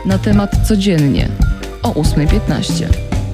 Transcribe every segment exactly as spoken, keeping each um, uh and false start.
Na temat codziennie o ósma piętnaście.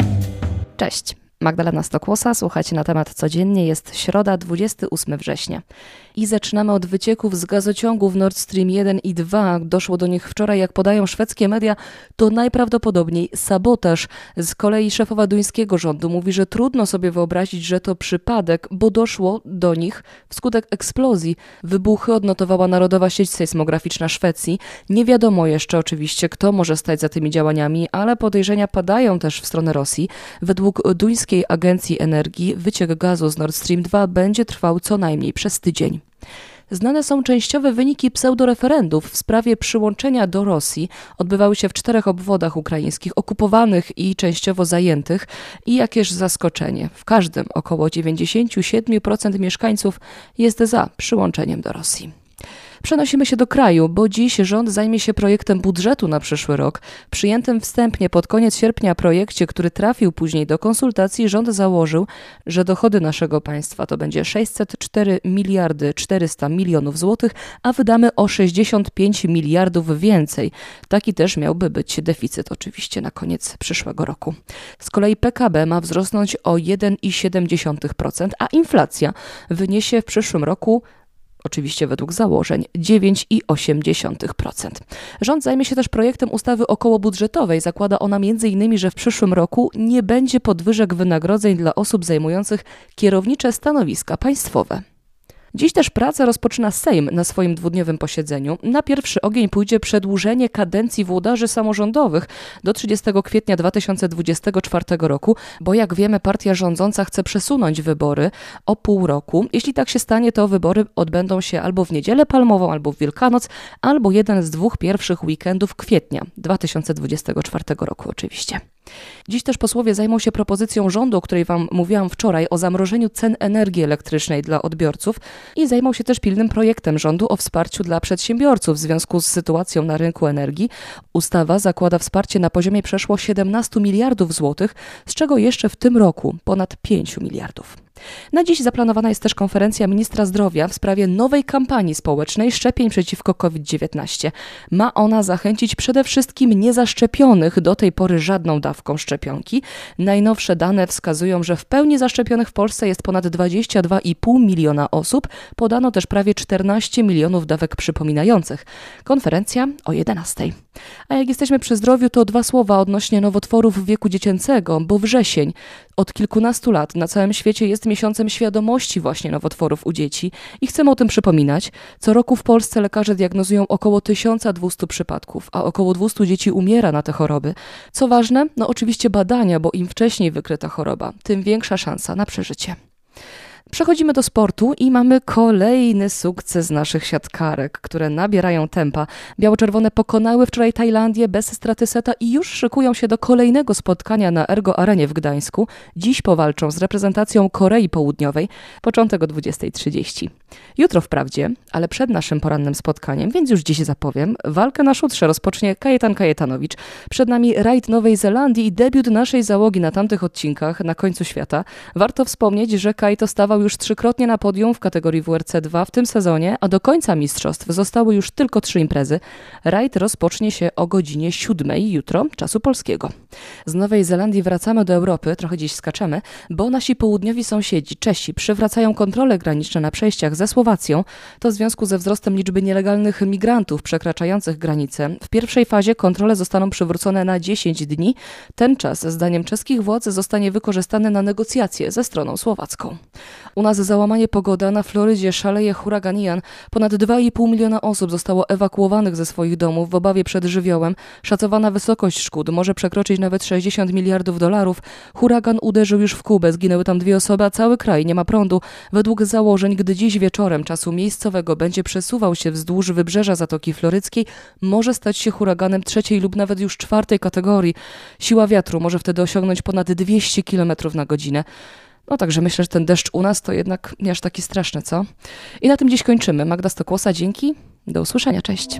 Cześć, Magdalena Stokłosa, słuchajcie Na temat codziennie, jest środa, dwudziestego ósmego września. I zaczynamy od wycieków z gazociągów Nord Stream jeden i dwa. Doszło do nich wczoraj, jak podają szwedzkie media, to najprawdopodobniej sabotaż. Z kolei szefowa duńskiego rządu mówi, że trudno sobie wyobrazić, że to przypadek, bo doszło do nich wskutek eksplozji. Wybuchy odnotowała Narodowa Sieć Sejsmograficzna Szwecji. Nie wiadomo jeszcze oczywiście, kto może stać za tymi działaniami, ale podejrzenia padają też w stronę Rosji. Według duńskiej Agencji Energii wyciek gazu z Nord Stream dwa będzie trwał co najmniej przez tydzień. Znane są częściowe wyniki pseudoreferendów w sprawie przyłączenia do Rosji. Odbywały się w czterech obwodach ukraińskich, okupowanych i częściowo zajętych. I jakież zaskoczenie, w każdym około dziewięćdziesiąt siedem procent mieszkańców jest za przyłączeniem do Rosji. Przenosimy się do kraju, bo dziś rząd zajmie się projektem budżetu na przyszły rok. Przyjętym wstępnie pod koniec sierpnia projekcie, który trafił później do konsultacji, rząd założył, że dochody naszego państwa to będzie sześćset cztery miliardy czterysta milionów złotych, a wydamy o sześćdziesiąt pięć miliardów więcej. Taki też miałby być deficyt oczywiście na koniec przyszłego roku. Z kolei P K B ma wzrosnąć o jeden przecinek siedem procent, a inflacja wyniesie w przyszłym roku, oczywiście według założeń, dziewięć przecinek osiem procent. Rząd zajmie się też projektem ustawy okołobudżetowej. Zakłada ona między innymi, że w przyszłym roku nie będzie podwyżek wynagrodzeń dla osób zajmujących kierownicze stanowiska państwowe. Dziś też pracę rozpoczyna Sejm na swoim dwudniowym posiedzeniu. Na pierwszy ogień pójdzie przedłużenie kadencji włodarzy samorządowych do trzydziestego kwietnia dwa tysiące dwudziestego czwartego roku, bo jak wiemy, partia rządząca chce przesunąć wybory o pół roku. Jeśli tak się stanie, to wybory odbędą się albo w Niedzielę Palmową, albo w Wielkanoc, albo jeden z dwóch pierwszych weekendów kwietnia dwa tysiące dwudziestego czwartego roku oczywiście. Dziś też posłowie zajmą się propozycją rządu, o której wam mówiłam wczoraj, o zamrożeniu cen energii elektrycznej dla odbiorców i zajmą się też pilnym projektem rządu o wsparciu dla przedsiębiorców w związku z sytuacją na rynku energii. Ustawa zakłada wsparcie na poziomie przeszło siedemnaście miliardów złotych, z czego jeszcze w tym roku ponad pięć miliardów. Na dziś zaplanowana jest też konferencja ministra zdrowia w sprawie nowej kampanii społecznej szczepień przeciwko COVID dziewiętnaście. Ma ona zachęcić przede wszystkim niezaszczepionych do tej pory żadną dawką szczepionki. Najnowsze dane wskazują, że w pełni zaszczepionych w Polsce jest ponad dwadzieścia dwa i pół miliona osób. Podano też prawie czternaście milionów dawek przypominających. Konferencja o jedenastej. A jak jesteśmy przy zdrowiu, to dwa słowa odnośnie nowotworów wieku dziecięcego, bo wrzesień od kilkunastu lat na całym świecie jest miesiącem świadomości właśnie nowotworów u dzieci i chcemy o tym przypominać. Co roku w Polsce lekarze diagnozują około tysiąc dwieście przypadków, a około dwieście dzieci umiera na te choroby. Co ważne, no oczywiście badania, bo im wcześniej wykryta choroba, tym większa szansa na przeżycie. Przechodzimy do sportu i mamy kolejny sukces naszych siatkarek, które nabierają tempa. Biało-czerwone pokonały wczoraj Tajlandię bez straty seta i już szykują się do kolejnego spotkania na Ergo Arenie w Gdańsku. Dziś powalczą z reprezentacją Korei Południowej. Początek o dwudziestej trzydzieści. Jutro wprawdzie, ale przed naszym porannym spotkaniem, więc już dziś zapowiem, walkę na szutrze rozpocznie Kajetan Kajetanowicz. Przed nami rajd Nowej Zelandii i debiut naszej załogi na tamtych odcinkach na końcu świata. Warto wspomnieć, że Kajto stawał już trzykrotnie na podium w kategorii W R C dwa w tym sezonie, a do końca mistrzostw zostały już tylko trzy imprezy. Rajd rozpocznie się o godzinie siódmej jutro, czasu polskiego. Z Nowej Zelandii wracamy do Europy, trochę dziś skaczemy, bo nasi południowi sąsiedzi, Czesi, przywracają kontrole graniczne na przejściach ze Słowacją. To w związku ze wzrostem liczby nielegalnych migrantów przekraczających granicę. W pierwszej fazie kontrole zostaną przywrócone na dziesięć dni. Ten czas, zdaniem czeskich władz, zostanie wykorzystany na negocjacje ze stroną słowacką. U nas załamanie pogody, a na Florydzie szaleje huragan Ian. Ponad dwa i pół miliona osób zostało ewakuowanych ze swoich domów w obawie przed żywiołem. Szacowana wysokość szkód może przekroczyć nawet sześćdziesiąt miliardów dolarów. Huragan uderzył już w Kubę, zginęły tam dwie osoby, a cały kraj nie ma prądu. Według założeń, gdy dziś wieczorem czasu miejscowego będzie przesuwał się wzdłuż wybrzeża Zatoki Floryckiej, może stać się huraganem trzeciej lub nawet już czwartej kategorii. Siła wiatru może wtedy osiągnąć ponad dwieście kilometrów na godzinę. No także myślę, że ten deszcz u nas to jednak nie aż taki straszny, co? I na tym dziś kończymy. Magda Stokłosa, dzięki. Do usłyszenia. Cześć.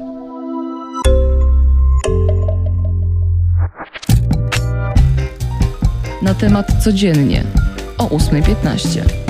Na temat codziennie o ósma piętnaście.